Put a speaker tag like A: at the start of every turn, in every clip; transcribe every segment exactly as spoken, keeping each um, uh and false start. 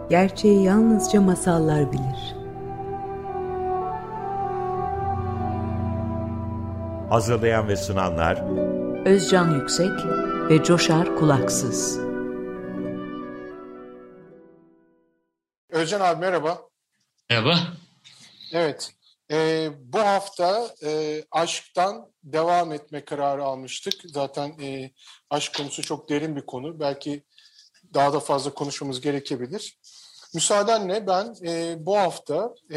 A: Gerçeği yalnızca masallar bilir.
B: Hazırlayan ve sunanlar
A: Özcan Yüksek ve Coşar Kulaksız.
C: Özcan abi merhaba.
D: Merhaba.
C: Evet, e, bu hafta e, aşktan devam etme kararı almıştık. Zaten e, aşk konusu çok derin bir konu. Belki daha da fazla konuşmamız gerekebilir. Müsaadenle ben e, bu hafta e,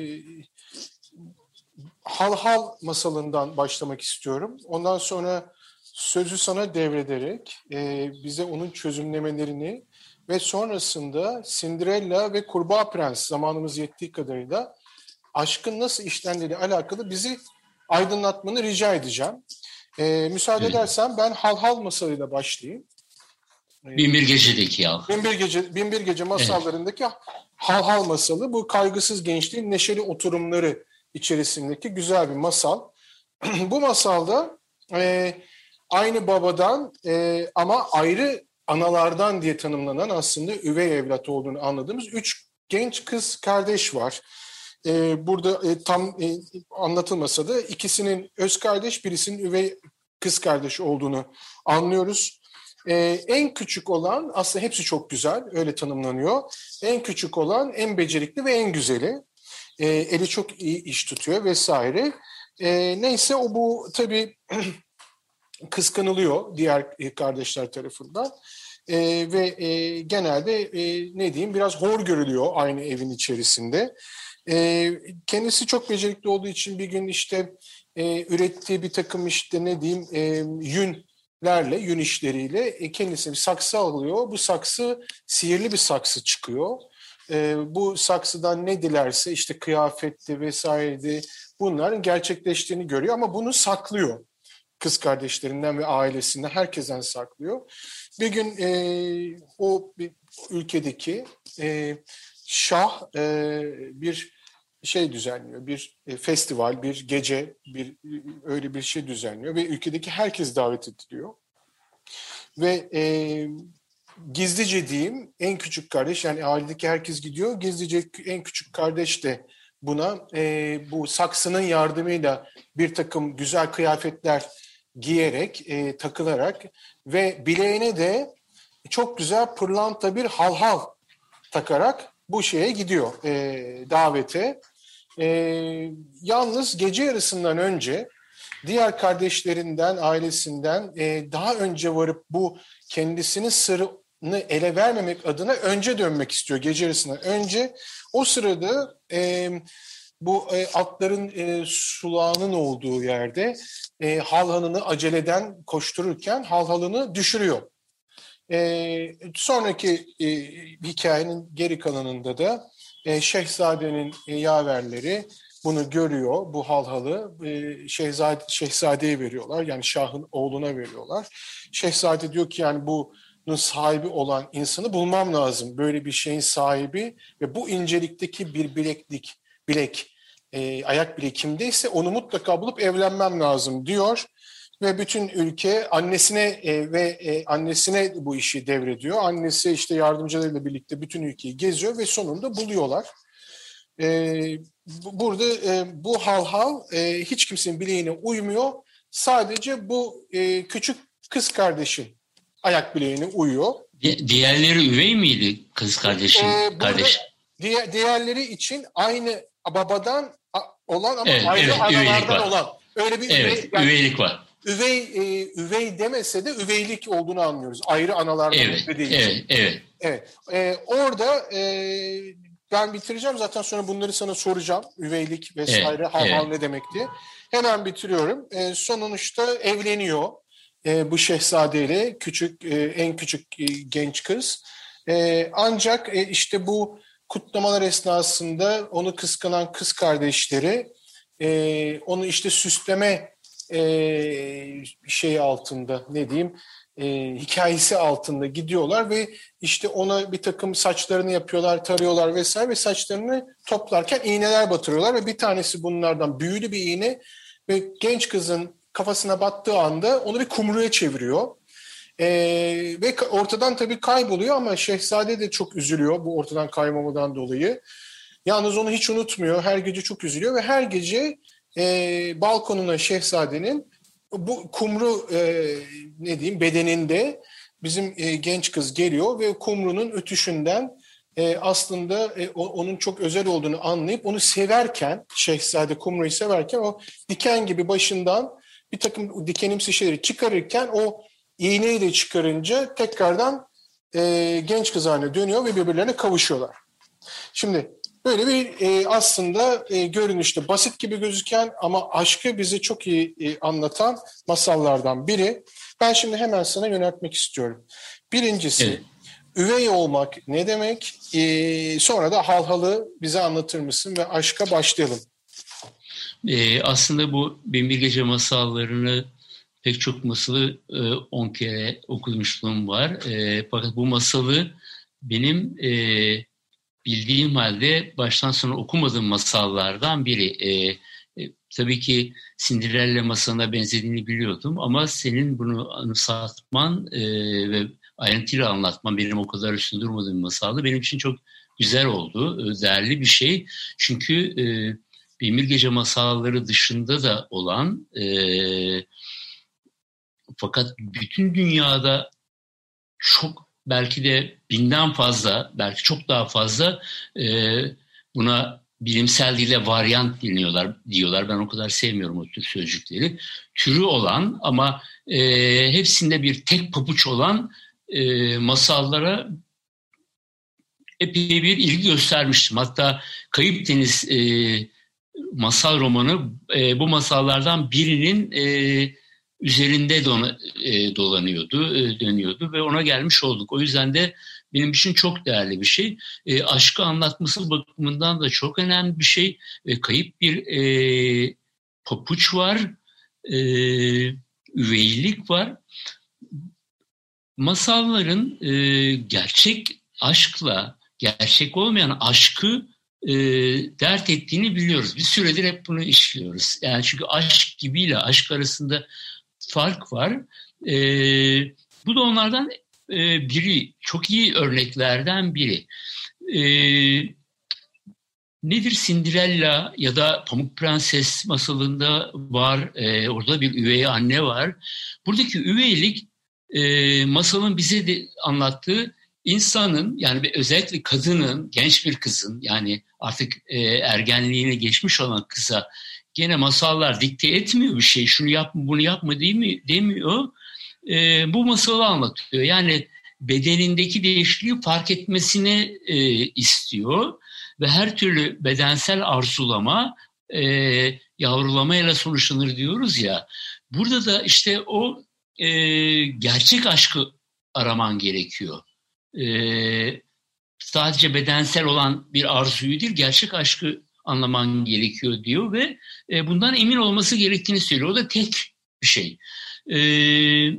C: Hal Hal masalından başlamak istiyorum. Ondan sonra sözü sana devrederek e, bize onun çözümlemelerini ve sonrasında Cinderella ve Kurbağa Prens zamanımız yettiği kadarıyla aşkın nasıl işlendiğiyle alakalı bizi aydınlatmanı rica edeceğim. E, müsaade evet. edersen ben Hal Hal masalıyla başlayayım.
D: Binbir Gece'deki ya.
C: Binbir Gece, Binbir Gece masallarındaki evet. Hal Hal masalı, bu kaygısız gençliğin neşeli oturumları içerisindeki güzel bir masal. Bu masalda e, aynı babadan e, ama ayrı analardan diye tanımlanan, aslında üvey evlat olduğunu anladığımız üç genç kız kardeş var. E, burada e, tam e, anlatılmasa da ikisinin öz kardeş, birisinin üvey kız kardeş olduğunu anlıyoruz. E, en küçük olan, aslında hepsi çok güzel, öyle tanımlanıyor. En küçük olan en becerikli ve en güzeli. E, eli çok iyi iş tutuyor vesaire. E, neyse o bu tabii kıskanılıyor diğer kardeşler tarafından. E, ve e, genelde e, ne diyeyim biraz hor görülüyor aynı evin içerisinde. E, kendisi çok becerikli olduğu için bir gün işte e, ürettiği bir takım işte ne diyeyim e, yünlerle, yün işleriyle e, kendisi bir saksı alıyor. Bu saksı sihirli bir saksı çıkıyor. E, bu saksıdan ne dilerse işte kıyafetti vesaireydi, bunların gerçekleştiğini görüyor ama bunu saklıyor. Kız kardeşlerinden ve ailesinden, herkesten saklıyor. Bir gün e, o bir ülkedeki e, şah e, bir şey düzenliyor, bir e, festival, bir gece, bir öyle bir şey düzenliyor ve ülkedeki herkes davet ediliyor. Ve e, gizlice diyeyim en küçük kardeş, yani ailedeki herkes gidiyor, gizlice en küçük kardeş de buna e, bu saksının yardımıyla bir takım güzel kıyafetler giyerek, e, takılarak ve bileğine de çok güzel pırlanta bir halhal takarak bu şeye gidiyor, e, davete. E, yalnız gece yarısından önce diğer kardeşlerinden, ailesinden e, daha önce varıp bu kendisinin sırrını ele vermemek adına önce dönmek istiyor, gece yarısından önce. O sırada e, bu e, atların e, sulağının olduğu yerde e, halhalını aceleden koştururken halhalını düşürüyor. E, sonraki e, hikayenin geri kalanında da e, Şehzade'nin e, yaverleri bunu görüyor, bu halhalı e, şehzade, şehzadeye veriyorlar, yani Şah'ın oğluna veriyorlar. Şehzade diyor ki yani bunun sahibi olan insanı bulmam lazım, böyle bir şeyin sahibi ve bu incelikteki bir bileklik, bilek, e, ayak bileği kimdeyse onu mutlaka bulup evlenmem lazım diyor. Ve bütün ülke annesine e, ve e, annesine bu işi devrediyor. Annesi işte yardımcılarıyla birlikte bütün ülkeyi geziyor ve sonunda buluyorlar. E, burada e, bu halhal e, hiç kimsenin bileğine uymuyor. Sadece bu e, küçük kız kardeşin ayak bileğine uyuyor.
D: Di- diğerleri üvey miydi kız kardeşin?
C: E,
D: kardeş?
C: Diğer, diğerleri için aynı babadan olan ama
D: evet,
C: ayrı
D: evet,
C: analardan olan. Öyle bir
D: evet,
C: üvey, yani,
D: üveylik var.
C: Üvey, e, üvey demese de üveylik olduğunu anlıyoruz. Ayrı analardan
D: evet,
C: dediği
D: evet,
C: için.
D: Evet,
C: evet. E, orada e, ben bitireceğim. Zaten sonra bunları sana soracağım. Üveylik vesaire,
D: evet,
C: hal hal
D: evet.
C: ne demek diye. Hemen bitiriyorum. E, sonuçta evleniyor e, bu şehzadeyle küçük, e, en küçük e, genç kız. E, ancak e, işte bu kutlamalar esnasında onu kıskanan kız kardeşleri e, onu işte süsleme e, şey altında, ne diyeyim, e, hikayesi altında gidiyorlar ve işte ona bir takım saçlarını yapıyorlar, tarıyorlar vesaire ve saçlarını toplarken iğneler batırıyorlar ve bir tanesi bunlardan büyülü bir iğne ve genç kızın kafasına battığı anda onu bir kumruya çeviriyor. E, ve ortadan tabii kayboluyor ama şehzade de çok üzülüyor bu ortadan kaybamadan dolayı. Yalnız onu hiç unutmuyor. Her gece çok üzülüyor ve her gece e, balkonuna şehzadenin bu kumru e, ne diyeyim bedeninde bizim e, genç kız geliyor ve kumrunun ötüşünden e, aslında e, o, onun çok özel olduğunu anlayıp onu severken, şehzade kumruyu severken o diken gibi başından bir takım dikenimsi şeyleri çıkarırken o iğneyi de çıkarınca tekrardan e, genç kız haline dönüyor ve birbirlerine kavuşuyorlar. Şimdi böyle bir e, aslında e, görünüşte basit gibi gözüken ama aşkı bize çok iyi e, anlatan masallardan biri. Ben şimdi hemen sana yöneltmek istiyorum. Birincisi, evet. Üvey olmak ne demek? E, sonra da Halhal'ı bize anlatır mısın ve aşka başlayalım.
D: E, aslında bu Binbir Gece masallarını pek çok masalı on e, kere okumuşluğum var. E, fakat bu masalı benim e, bildiğim halde baştan sona okumadığım masallardan biri. E, e, tabii ki Cinderella masalına benzediğini biliyordum ama senin bunu anımsatman e, ve ayrıntıyla anlatman, benim o kadar üstünde durmadığım masaldı. Benim için çok güzel oldu, değerli bir şey. Çünkü e, Binbir Gece masalları dışında da olan e, fakat bütün dünyada çok belki de binden fazla, belki çok daha fazla e, buna bilimsel dille varyant deniyorlar, diyorlar. Ben o kadar sevmiyorum o tür sözcükleri. Türü olan ama e, hepsinde bir tek pabuç olan e, masallara epey bir ilgi göstermiştim. Hatta Kayıp Deniz e, masal romanı e, bu masallardan birinin e, üzerinde dona, e, dolanıyordu, e, dönüyordu ve ona gelmiş olduk. O yüzden de benim için çok değerli bir şey. E, aşkı anlatması bakımından da çok önemli bir şey. E, kayıp bir e, papuç var, e, üveylik var. Masalların e, gerçek aşkla, gerçek olmayan aşkı e, dert ettiğini biliyoruz. Bir süredir hep bunu işliyoruz. Yani çünkü aşk gibiyle aşk arasında fark var. E, bu da onlardan e, biri. Çok iyi örneklerden biri. E, nedir Cinderella ya da Pamuk Prenses masalında var. E, orada bir üvey anne var. Buradaki üveylik e, masalın bize de anlattığı insanın, yani özellikle kadının, genç bir kızın, yani artık e, ergenliğine geçmiş olan kıza gene masallar dikte etmiyor bir şey. Şunu yapma, bunu yapma değil mi demiyor. E, bu masalı anlatıyor. Yani bedenindeki değişikliği fark etmesini e, istiyor ve her türlü bedensel arzulama e, yavrulamayla sonuçlanır diyoruz ya. Burada da işte o e, gerçek aşkı araman gerekiyor. Ee, sadece bedensel olan bir arzuyu değil, gerçek aşkı anlaman gerekiyor diyor ve e, bundan emin olması gerektiğini söylüyor. O da tek bir şey. Ee,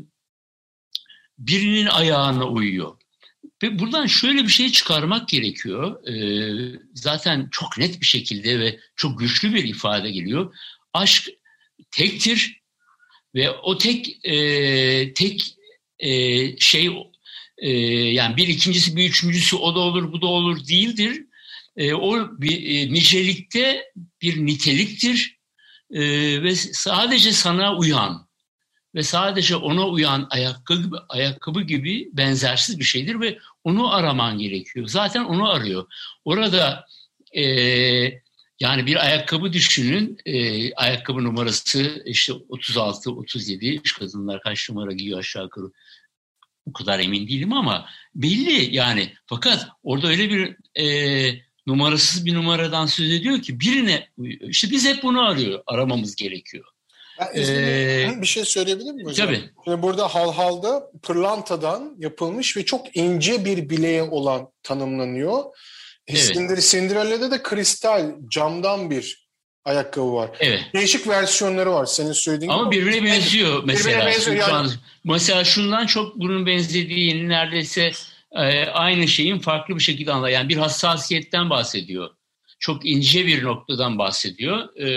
D: birinin ayağına uyuyor. Ve buradan şöyle bir şey çıkarmak gerekiyor. Ee, zaten çok net bir şekilde ve çok güçlü bir ifade geliyor. Aşk tektir ve o tek e, tek e, şey Ee, yani bir ikincisi, bir üçüncüsü o da olur, bu da olur değildir. Ee, o bir e, nicelikte bir niteliktir ee, ve sadece sana uyan ve sadece ona uyan ayakkabı, ayakkabı gibi benzersiz bir şeydir ve onu araman gerekiyor. Zaten onu arıyor. Orada e, yani bir ayakkabı düşünün, e, ayakkabı numarası işte otuz altı, otuz yedi, kadınlar kaç numara giyiyor aşağı yukarı. O kadar emin değilim ama belli yani. Fakat orada öyle bir e, numarasız bir numaradan söz ediyor ki birine uyuyor. İşte biz hep bunu arıyor, aramamız gerekiyor.
C: Ee, bir şey söyleyebilir miyim hocam?
D: Tabii.
C: Şimdi burada Halhal'da pırlantadan yapılmış ve çok ince bir bileği olan tanımlanıyor. Evet. Cinderella'da da kristal, camdan bir ayakkabı var. Evet. Değişik versiyonları var senin söylediğin
D: ama gibi. Ama birbirine benziyor mesela. Birbirine benziyor yani. An, mesela şundan çok bunun benzediğini neredeyse e, aynı şeyin farklı bir şekilde anlar. Yani bir hassasiyetten bahsediyor. Çok ince bir noktadan bahsediyor. E,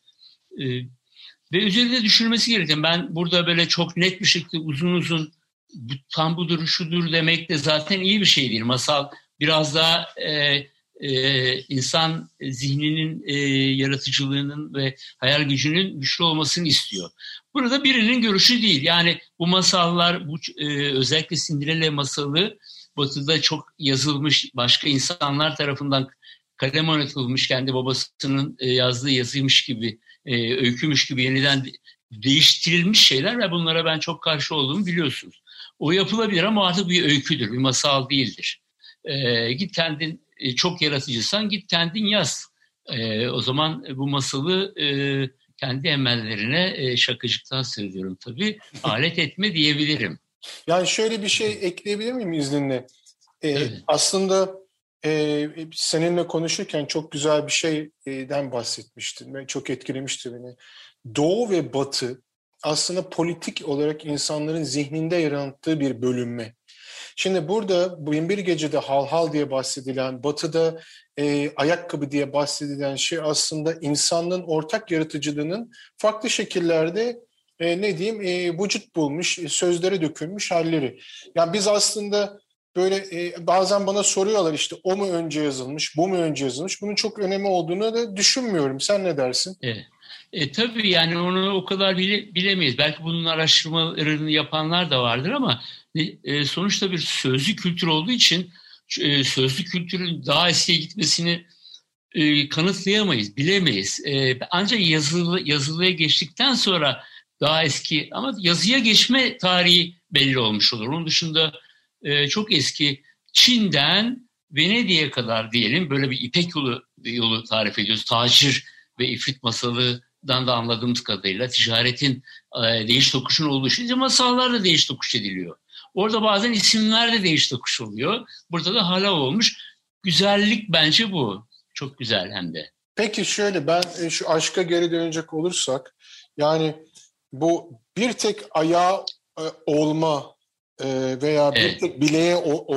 D: e, ve üzerinde düşünülmesi gereken. Ben burada böyle çok net bir şekilde uzun uzun bu, tam budur, şudur demek de zaten iyi bir şey değil. Masal biraz daha e, e, insan zihninin, e, yaratıcılığının ve hayal gücünün güçlü olmasını istiyor. Burada birinin görüşü değil. Yani bu masallar, bu e, özellikle Cinderella masalı Batı'da çok yazılmış, başka insanlar tarafından kalem oynatılmış, kendi babasının e, yazdığı yazıymış gibi, e, öykümüş gibi yeniden de, değiştirilmiş şeyler ve bunlara ben çok karşı olduğumu biliyorsunuz. O yapılabilir ama artık bir öyküdür, bir masal değildir. E, git kendin, e, çok yaratıcıysan git kendin yaz. E, o zaman bu masalı e, kendi emellerine, e, şakacıktan söylüyorum tabii, alet etme diyebilirim.
C: Yani şöyle bir şey ekleyebilir miyim izninle? Ee,
D: evet.
C: Aslında e, seninle konuşurken çok güzel bir şeyden bahsetmiştin ve çok etkilemişti beni. Doğu ve Batı aslında politik olarak insanların zihninde yarattığı bir bölünme. Şimdi burada Bin Bir Gece'de hal hal diye bahsedilen, Batı'da e, ayakkabı diye bahsedilen şey aslında insanlığın ortak yaratıcılığının farklı şekillerde e, ne diyeyim e, vücut bulmuş, e, sözlere dökülmüş halleri. Yani biz aslında böyle e, bazen bana soruyorlar işte o mu önce yazılmış, bu mu önce yazılmış? Bunun çok önemi olduğunu da düşünmüyorum. Sen ne dersin?
D: Evet. E, tabii yani onu o kadar bile, bilemeyiz. Belki bunun araştırmalarını yapanlar da vardır ama e, sonuçta bir sözlü kültür olduğu için e, sözlü kültürün daha eskiye gitmesini e, kanıtlayamayız, bilemeyiz. E, ancak yazılı, yazılıya geçtikten sonra daha eski ama yazıya geçme tarihi belli olmuş olur. Onun dışında e, çok eski Çin'den Venedik'e kadar diyelim böyle bir İpek yolu, yolu tarif ediyoruz. Tacir ve İfrit masalından da anladığımız kadarıyla ticaretin e, değiş tokuşun olduğu için masallar da değiş tokuş ediliyor. Orada bazen isimler de değiş tokuş oluyor. Burada da hala olmuş. Güzellik bence bu. Çok güzel hem de.
C: Peki şöyle ben şu aşka geri dönecek olursak yani bu bir tek ayağı e, olma e, veya bir evet. tek bileğe o,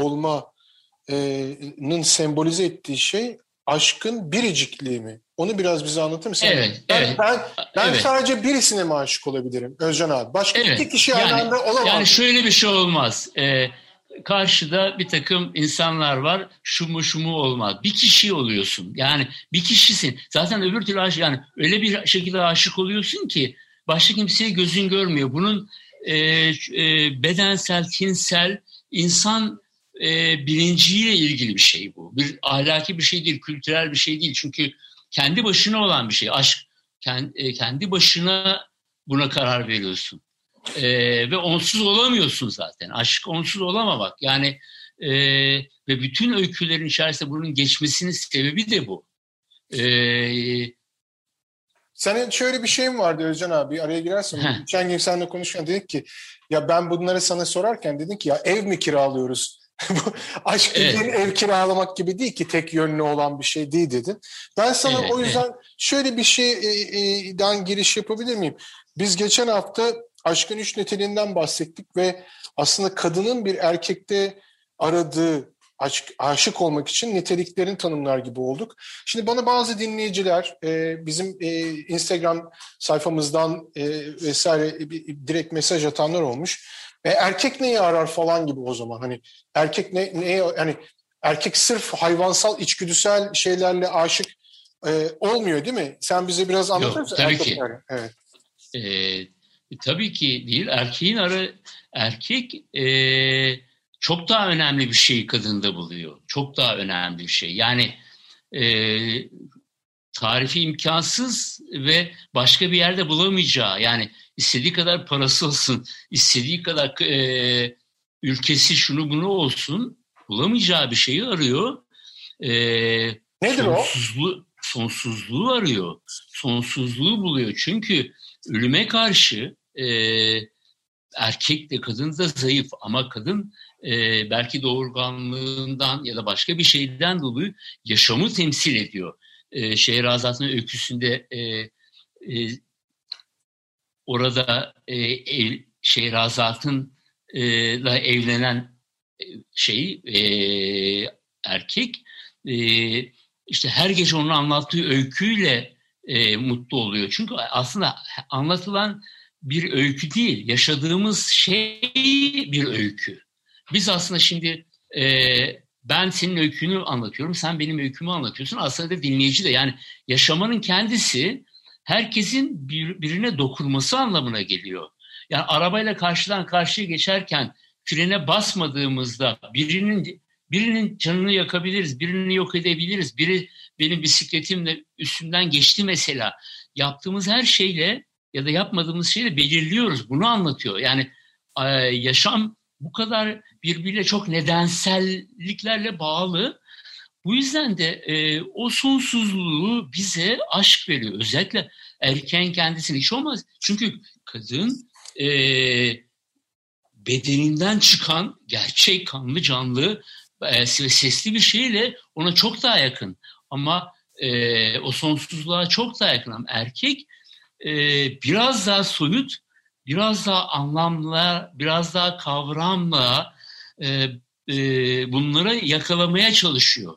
C: olmanın sembolize ettiği şey aşkın biricikliği mi? Onu biraz bize anlatır mısın?
D: Evet,
C: ben,
D: evet.
C: Ben, ben
D: evet.
C: sadece birisine mi aşık olabilirim Özcan abi? Başka evet. iki kişi aynı
D: yani,
C: anda olamaz.
D: Yani şöyle bir şey olmaz. Ee, karşıda bir takım insanlar var. Şu mu şu mu olmaz. Bir kişi oluyorsun. Yani bir kişisin. Zaten öbür türlü aşık, yani öyle bir şekilde aşık oluyorsun ki başka kimseye gözün görmüyor. Bunun e, e, bedensel, tinsel, insan e, bilinciyle ilgili bir şey bu. Bir ahlaki bir şey değil, kültürel bir şey değil. Çünkü kendi başına olan bir şey. Aşk kendi başına buna karar veriyorsun. Ee, ve onsuz olamıyorsun zaten. Aşk onsuz olamamak. Yani e, ve bütün öykülerin içerisinde bunun geçmesinin sebebi de bu. Ee,
C: Senin şöyle bir şeyin vardı Özcan abi. Araya girersen. Geçen gün seninle konuşurken dedik ki ya ben bunları sana sorarken dedin ki ya ev mi kiralıyoruz? Aşk evet. dediğin ev kiralamak gibi değil ki tek yönlü olan bir şey değil dedin. Ben sana evet, o yüzden evet. şöyle bir şeyden giriş yapabilir miyim? Biz geçen hafta aşkın üç niteliğinden bahsettik ve aslında kadının bir erkekte aradığı aşk, aşık olmak için niteliklerin tanımlar gibi olduk. Şimdi bana bazı dinleyiciler e, bizim e, Instagram sayfamızdan e, vesaire e, direkt mesaj atanlar olmuş. E, erkek neyi arar falan gibi o zaman. Hani erkek ne neye yani erkek sırf hayvansal içgüdüsel şeylerle aşık e, olmuyor değil mi? Sen bize biraz anlatır mısın?
D: Tabii
C: erkek
D: ki.
C: Evet.
D: Ee, tabii ki değil. Erkeğin arı erkek e, çok daha önemli bir şeyi kadında buluyor. Çok daha önemli bir şey. Yani e, tarifi imkansız ve başka bir yerde bulamayacağı, yani istediği kadar parası olsun, istediği kadar e, ülkesi şunu bunu olsun, bulamayacağı bir şeyi arıyor. E,
C: Nedir
D: sonsuzluğu, o? Sonsuzluğu arıyor. Sonsuzluğu buluyor. Çünkü ölüme karşı e, erkek de kadın da zayıf ama kadın e, belki doğurganlığından ya da başka bir şeyden dolayı yaşamı temsil ediyor. E, Şehrazat'ın öyküsünde e, e, orada e, ev, Şehrazat'ın e, ile evlenen şey e, erkek e, işte her gece onun anlattığı öyküyle e, mutlu oluyor. Çünkü aslında anlatılan bir öykü değil, yaşadığımız şey bir öykü. Biz aslında şimdi e, ben senin öykünü anlatıyorum, sen benim öykümü anlatıyorsun. Aslında da dinleyici de, yani yaşamanın kendisi herkesin bir, birine dokunması anlamına geliyor. Yani arabayla karşıdan karşıya geçerken frene basmadığımızda birinin birinin canını yakabiliriz, birini yok edebiliriz. Biri benim bisikletimle üstümden geçti mesela. Yaptığımız her şeyle ya da yapmadığımız şeyle belirliyoruz. Bunu anlatıyor. Yani e, yaşam bu kadar birbiriyle çok nedenselliklerle bağlı. Bu yüzden de e, o sonsuzluğu bize aşk veriyor. Özellikle erken kendisini hiç olmaz. Çünkü kadın e, bedeninden çıkan gerçek kanlı canlı e, sesli bir şeyle ona çok daha yakın. Ama e, o sonsuzluğa çok daha yakın. Ama erkek e, biraz daha soyut, biraz daha anlamla, biraz daha kavramla e, e, bunları yakalamaya çalışıyor.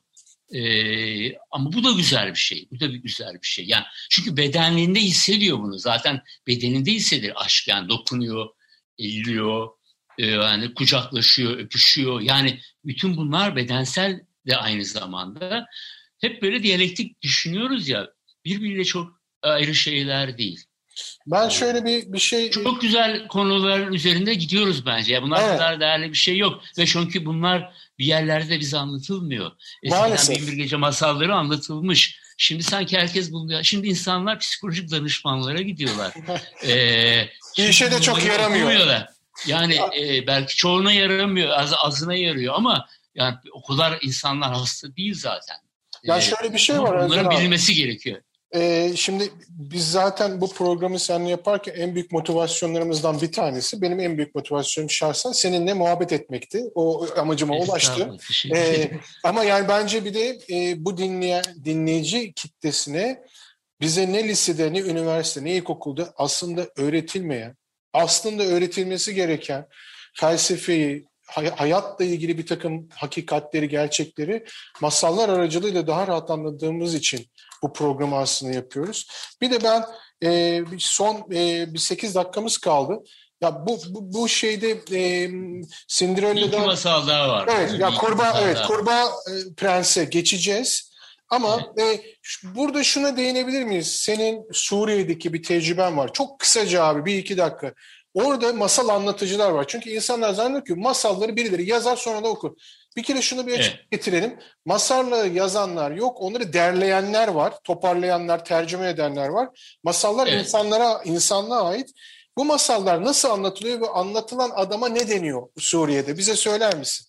D: Ee, ama bu da güzel bir şey. Bu da bir güzel bir şey. Yani çünkü bedeninde hissediyor bunu. Zaten bedeninde hissediyor aşk. Yani dokunuyor, elliyor, e, yani kucaklaşıyor, öpüşüyor. Yani bütün bunlar bedensel de aynı zamanda. Hep böyle diyalektik düşünüyoruz ya. Birbiriyle çok ayrı şeyler değil.
C: Ben şöyle bir bir şey...
D: Çok güzel konuların üzerinde gidiyoruz bence. Ya bunlar evet. kadar değerli bir şey yok. Ve çünkü bunlar bir yerlerde bize anlatılmıyor. Eskiden Bin Bir Gece masalları anlatılmış. Şimdi sanki herkes buluyor. Şimdi insanlar psikolojik danışmanlara gidiyorlar. ee,
C: bir işe de çok yaramıyor.
D: Yani e, belki çoğuna yaramıyor, az, azına yarıyor ama yani o kadar insanlar hasta değil zaten.
C: Ya ee, şöyle bir şey var.
D: Bunların bilinmesi gerekiyor.
C: Ee, şimdi biz zaten bu programı seninle yaparken en büyük motivasyonlarımızdan bir tanesi, benim en büyük motivasyonum şahsen seninle muhabbet etmekti. O amacıma ulaştı. Ee, ama yani bence bir de e, bu dinleyen dinleyici kitlesine bize ne lisede, ne üniversite, ne ilkokulda aslında öğretilmeyen, aslında öğretilmesi gereken felsefeyi, hayatla ilgili bir takım hakikatleri, gerçekleri masallar aracılığıyla daha rahat anladığımız için bu programı aslında yapıyoruz. Bir de ben e, son e, bir sekiz dakikamız kaldı. Ya bu bu, bu şeyde e, Cinderella'da
D: bir masal daha var.
C: Evet, ya kurbağa evet kurbağa e, prense geçeceğiz. Ama evet. e, şu, burada şuna değinebilir miyiz? Senin Suriye'deki bir tecrüben var. Çok kısaca abi, bir iki dakika. Orada masal anlatıcılar var. Çünkü insanlar zannediyor ki masalları birileri yazar sonra da okur. Bir kere şunu bir açık evet. getirelim. Masalları yazanlar yok. Onları derleyenler var. Toparlayanlar, tercüme edenler var. Masallar evet. insanlara, insanlığa ait. Bu masallar nasıl anlatılıyor ve anlatılan adama ne deniyor Suriye'de? Bize söyler misin?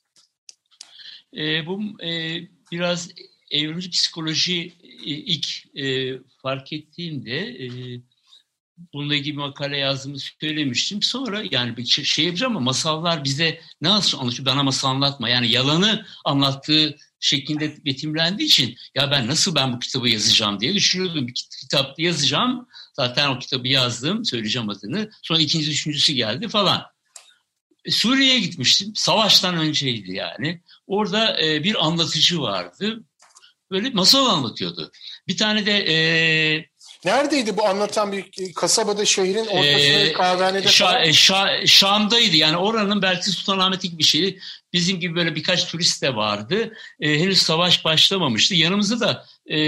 D: E, bu e, biraz evrimci psikoloji e, ilk e, fark ettiğimde e, bununla ilgili bir makale yazdığımı söylemiştim. Sonra yani bir şey yapacağım ama masallar bize nasıl anlatıyor? Bana masal anlatma. Yani yalanı anlattığı şeklinde betimlendiği için ya ben nasıl ben bu kitabı yazacağım diye düşünüyordum. Bir kitap yazacağım. Zaten o kitabı yazdım. Söyleyeceğim adını. Sonra ikinci, üçüncüsü geldi falan. E, Suriye'ye gitmiştim. Savaştan önceydi yani. Orada e, bir anlatıcı vardı. Böyle masal anlatıyordu. Bir tane de... E,
C: Neredeydi bu anlatan, bir kasabada, şehrin ortasında ee, kahvehanede
D: Şa, Şa, Şam'daydı yani oranın belki Sultanahmet'lik bir şeyi. Bizim gibi böyle birkaç turist de vardı. Ee, henüz savaş başlamamıştı. Yanımızda da e,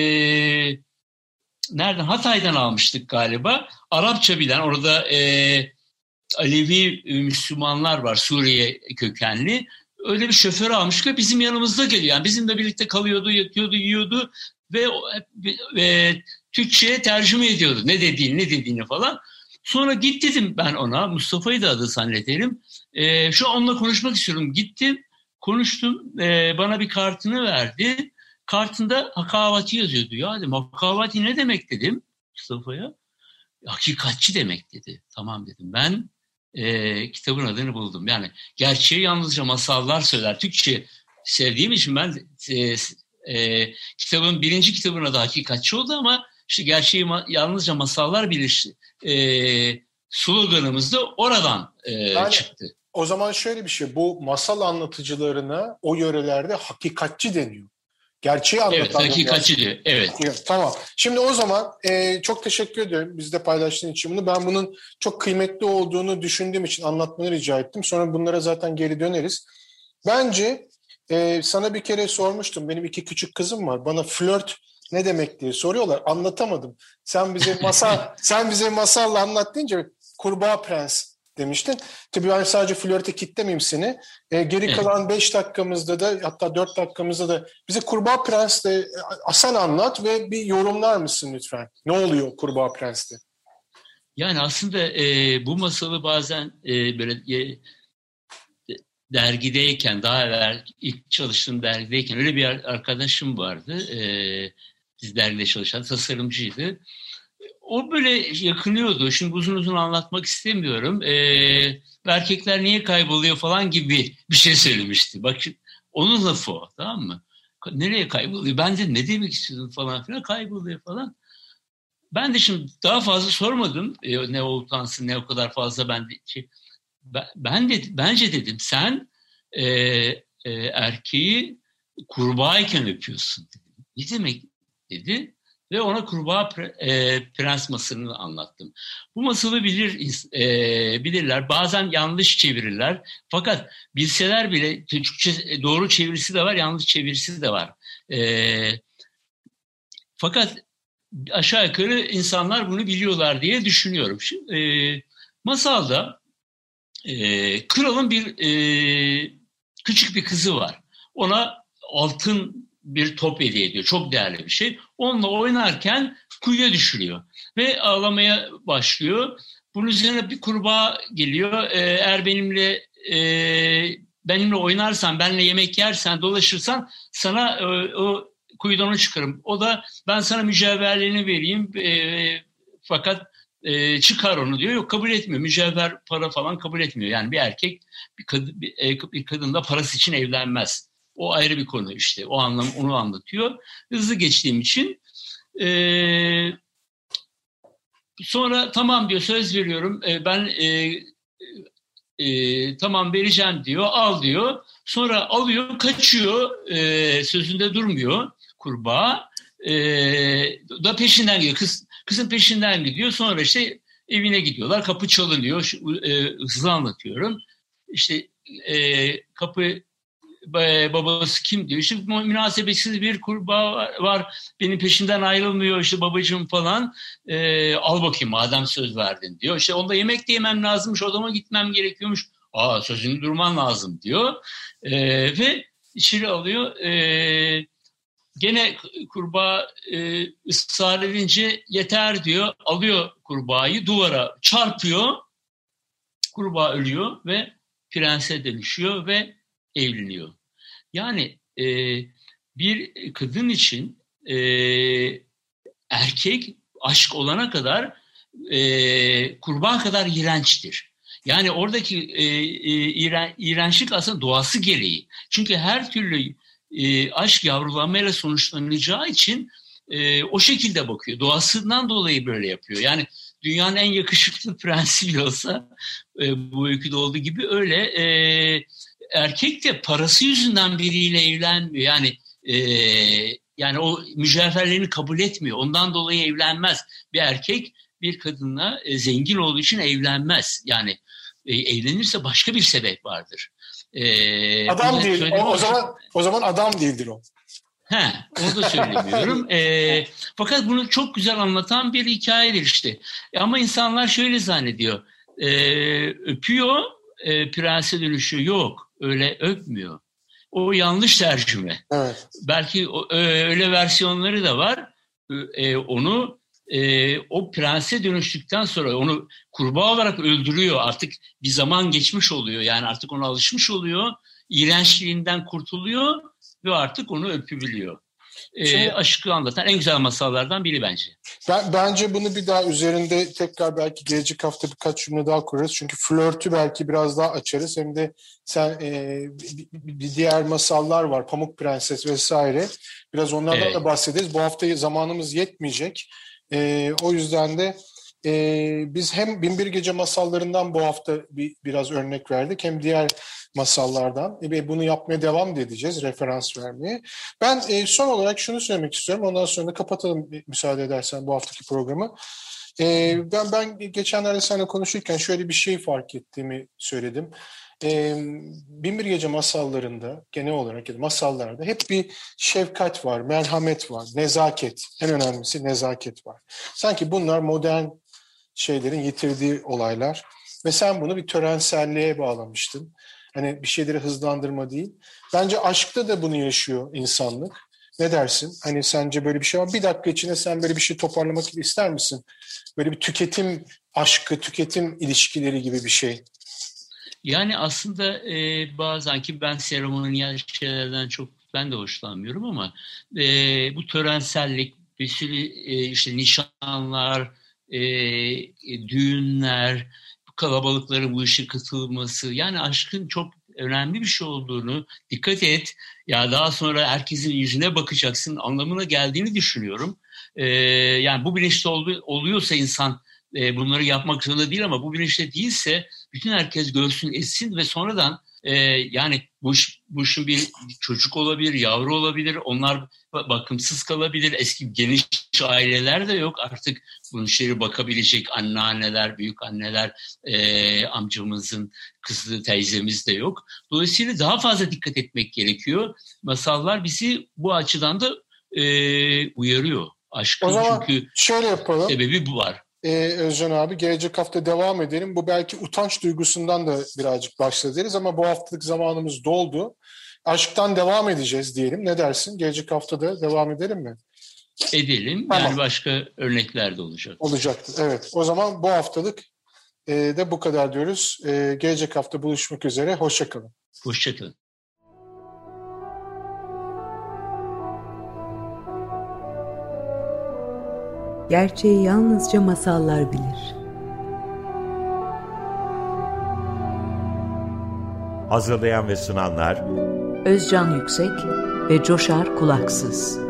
D: nereden? Hatay'dan almıştık galiba. Arapça bilen orada e, Alevi Müslümanlar var, Suriye kökenli. Öyle bir şoför almıştık ve bizim yanımızda geliyor. Yani bizimle birlikte kalıyordu, yatıyordu, yiyordu ve, ve Türkçe'ye tercüme ediyordu. Ne dediğini, ne dediğini falan. Sonra git dedim ben ona. Mustafa'yı da adı zannederim. E, şu onunla konuşmak istiyorum. Gittim, konuştum. E, bana bir kartını verdi. Kartında Hakavati yazıyordu. Ya dedim, Hakavati ne demek dedim Mustafa'ya. Hakikatçi demek dedi. Tamam dedim. Ben e, kitabın adını buldum. Yani gerçeği yalnızca masallar söyler. Türkçe sevdiğim için ben e, e, kitabın, birinci kitabın adı Hakikatçi oldu ama İşte gerçeği ma- yalnızca masallar bilir e, sloganımız da oradan e, yani, çıktı.
C: O zaman şöyle bir şey, bu masal anlatıcılarına o yörelerde hakikatçi deniyor. Gerçeği anlatan.
D: Evet, hakikatçi diyor. Evet.
C: Tamam. Şimdi o zaman e, çok teşekkür ediyorum bizde paylaştığın için bunu. Ben bunun çok kıymetli olduğunu düşündüğüm için anlatmanı rica ettim. Sonra bunlara zaten geri döneriz. Bence e, sana bir kere sormuştum. Benim iki küçük kızım var. Bana flört ne demek diye soruyorlar. Anlatamadım. Sen bize masal, sen bize masalla anlat deyince Kurbağa Prens demiştin. Tabii ben sadece flörte kitlemeyeyim seni. E, geri evet. kalan beş dakikamızda da hatta dört dakikamızda da bize Kurbağa Prens'te sen anlat ve bir yorumlar mısın lütfen? Ne oluyor Kurbağa Prens'te?
D: Yani aslında e, bu masalı bazen e, böyle e, dergideyken, daha evvel ilk çalıştığım dergideyken öyle bir arkadaşım vardı. E, biz dergide çalışan tasarımcıydı. O böyle yakınıyordu. Şimdi uzun uzun anlatmak istemiyorum. Ee, erkekler niye kayboluyor falan gibi bir şey söylemişti. Bak şimdi, onun lafı o, tamam mı? Nereye kayboluyor? Ben de ne demek istiyordum falan filan, kayboluyor falan. Ben de şimdi daha fazla sormadım. Ee, ne o utansın, ne o kadar fazla ben de şey. Ben, ben de bence dedim sen e, e, erkeği kurbağayken öpüyorsun dedim. Ne demek dedi. Ve ona Kurbağa e, Prens masalını anlattım. Bu masalı bilir e, bilirler. Bazen yanlış çevirirler. Fakat bilseler bile Türkçe doğru çevirisi de var, yanlış çevirisi de var. E, fakat aşağı yukarı insanlar bunu biliyorlar diye düşünüyorum. Şimdi, e, masalda e, kralın bir e, küçük bir kızı var. Ona altın bir top hediye ediyor. Çok değerli bir şey. Onunla oynarken kuyuya düşürüyor. Ve ağlamaya başlıyor. Bunun üzerine bir kurbağa geliyor. Ee, eğer benimle e, benimle oynarsan, benimle yemek yersen, dolaşırsan sana e, o kuyudan onu çıkarım. O da ben sana mücevherlerini vereyim e, fakat e, çıkar onu diyor. Yok, kabul etmiyor. Mücevher, para falan kabul etmiyor. Yani bir erkek bir, kad- bir, bir kadınla parası için evlenmez. O ayrı bir konu işte. O anlam onu anlatıyor. Hızlı geçtiğim için e, sonra tamam diyor, söz veriyorum. E, ben e, e, tamam vereceğim diyor. Al diyor. Sonra alıyor, kaçıyor. E, sözünde durmuyor kurbağa. E, da peşinden gidiyor. Kız, kızın peşinden gidiyor. Sonra işte evine gidiyorlar. Kapı çalınıyor. Şu, e, hızlı anlatıyorum. İşte e, kapı babası kim diyor. İşte münasebetsiz bir kurbağa var. Benim peşinden ayrılmıyor işte babacığım falan. E, al bakayım madem söz verdin diyor. İşte onda yemek de yemem lazımmış. Odama gitmem gerekiyormuş. Aa, sözünü durman lazım diyor. E, ve içeri alıyor. E, gene kurbağa e, ısrar edince yeter diyor. Alıyor kurbağayı, duvara çarpıyor. Kurbağa ölüyor ve prense dönüşüyor ve evleniyor. Yani e, bir kadın için e, erkek aşk olana kadar e, kurbağa kadar iğrençtir. Yani oradaki e, e, iğren, iğrençlik aslında doğası gereği. Çünkü her türlü e, aşk yavrulanmayla sonuçlanacağı için e, o şekilde bakıyor. Doğasından dolayı böyle yapıyor. Yani dünyanın en yakışıklı prensi bile olsa e, bu öyküde olduğu gibi öyle e, erkek de parası yüzünden biriyle evlenmiyor. Yani e, yani o mücevherlerini kabul etmiyor. Ondan dolayı evlenmez. Bir erkek bir kadınla e, zengin olduğu için evlenmez. Yani e, evlenirse başka bir sebep vardır. E,
C: adam değil. O, o zaman o zaman adam değildir o.
D: He, onu da söylemiyorum. e, fakat bunu çok güzel anlatan bir hikayedir işte. E, ama insanlar şöyle zannediyor. E, öpüyor, e, prense dönüşüyor. Yok, öyle öpmüyor. O yanlış tercüme. Evet. Belki o, öyle versiyonları da var. E, onu e, o prense dönüştükten sonra onu kurbağa olarak öldürüyor. Artık bir zaman geçmiş oluyor. Yani artık ona alışmış oluyor. İğrençliğinden kurtuluyor ve artık onu öpebiliyor. E, aşkı anlatan en güzel masallardan biri bence. Ben,
C: bence bunu bir daha üzerinde tekrar belki gelecek hafta birkaç cümle daha kurarız. Çünkü flörtü belki biraz daha açarız. Hem de sen e, bir, bir diğer masallar var. Pamuk Prenses vesaire. Biraz onlardan evet. da bahsederiz. Bu hafta zamanımız yetmeyecek. E, o yüzden de e, biz hem Binbir Gece masallarından bu hafta bir, biraz örnek verdik, hem diğer masallardan. E, bunu yapmaya devam edeceğiz, referans vermeye. Ben e, son olarak şunu söylemek istiyorum. Ondan sonra da kapatalım müsaade edersen bu haftaki programı. E, ben ben geçenlerde seninle konuşurken şöyle bir şey fark ettiğimi söyledim. E, Binbir Gece masallarında, genel olarak ya da masallarda hep bir şefkat var, merhamet var, nezaket. En önemlisi nezaket var. Sanki bunlar modern şeylerin yitirdiği olaylar ve sen bunu bir törenselliğe bağlamıştın. Hani bir şeyleri hızlandırma değil. Bence aşkta da bunu yaşıyor insanlık. Ne dersin? Hani sence böyle bir şey var? Bir dakika içinde sen böyle bir şey toparlamak ister misin? Böyle bir tüketim aşkı, tüketim ilişkileri gibi bir şey.
D: Yani aslında e, bazen ki ben seremoniyel şeylerden çok ben de hoşlanmıyorum ama e, bu törensellik, bir sürü e, işte nişanlar, e, düğünler, kalabalıkların bu işe katılması, yani aşkın çok önemli bir şey olduğunu, dikkat et ya daha sonra herkesin yüzüne bakacaksın anlamına geldiğini düşünüyorum. E, yani bu bilinçte ol, oluyorsa insan e, bunları yapmak zorunda değil, ama bu bilinçte değilse bütün herkes görsün etsin ve sonradan e, yani bu, bu işin bir çocuk olabilir, yavru olabilir, onlar bakımsız kalabilir. Eski geniş aileler de yok artık, bu işleri bakabilecek anneanneler, büyük anneler, e, amcamızın kızı, teyzemiz de yok. Dolayısıyla daha fazla dikkat etmek gerekiyor. Masallar bizi bu açıdan da e, uyarıyor. Aşkın
C: o zaman
D: çünkü
C: şöyle yapalım.
D: Sebebi bu var.
C: Ee, Özcan abi, gelecek hafta devam edelim. Bu belki utanç duygusundan da birazcık başlayacağız ama bu haftalık zamanımız doldu. Aşktan devam edeceğiz diyelim. Ne dersin? Gelecek hafta da devam edelim mi?
D: Edelim. Tamam. Yani başka örnekler de olacak.
C: Olacaktır. Evet. O zaman bu haftalık e, de bu kadar diyoruz. E, gelecek hafta buluşmak üzere. Hoşça kalın.
D: Hoşça kalın.
A: Gerçeği yalnızca masallar bilir.
B: Hazırlayan ve sunanlar
A: Özcan Yüksek ve Coşar Kulaksız.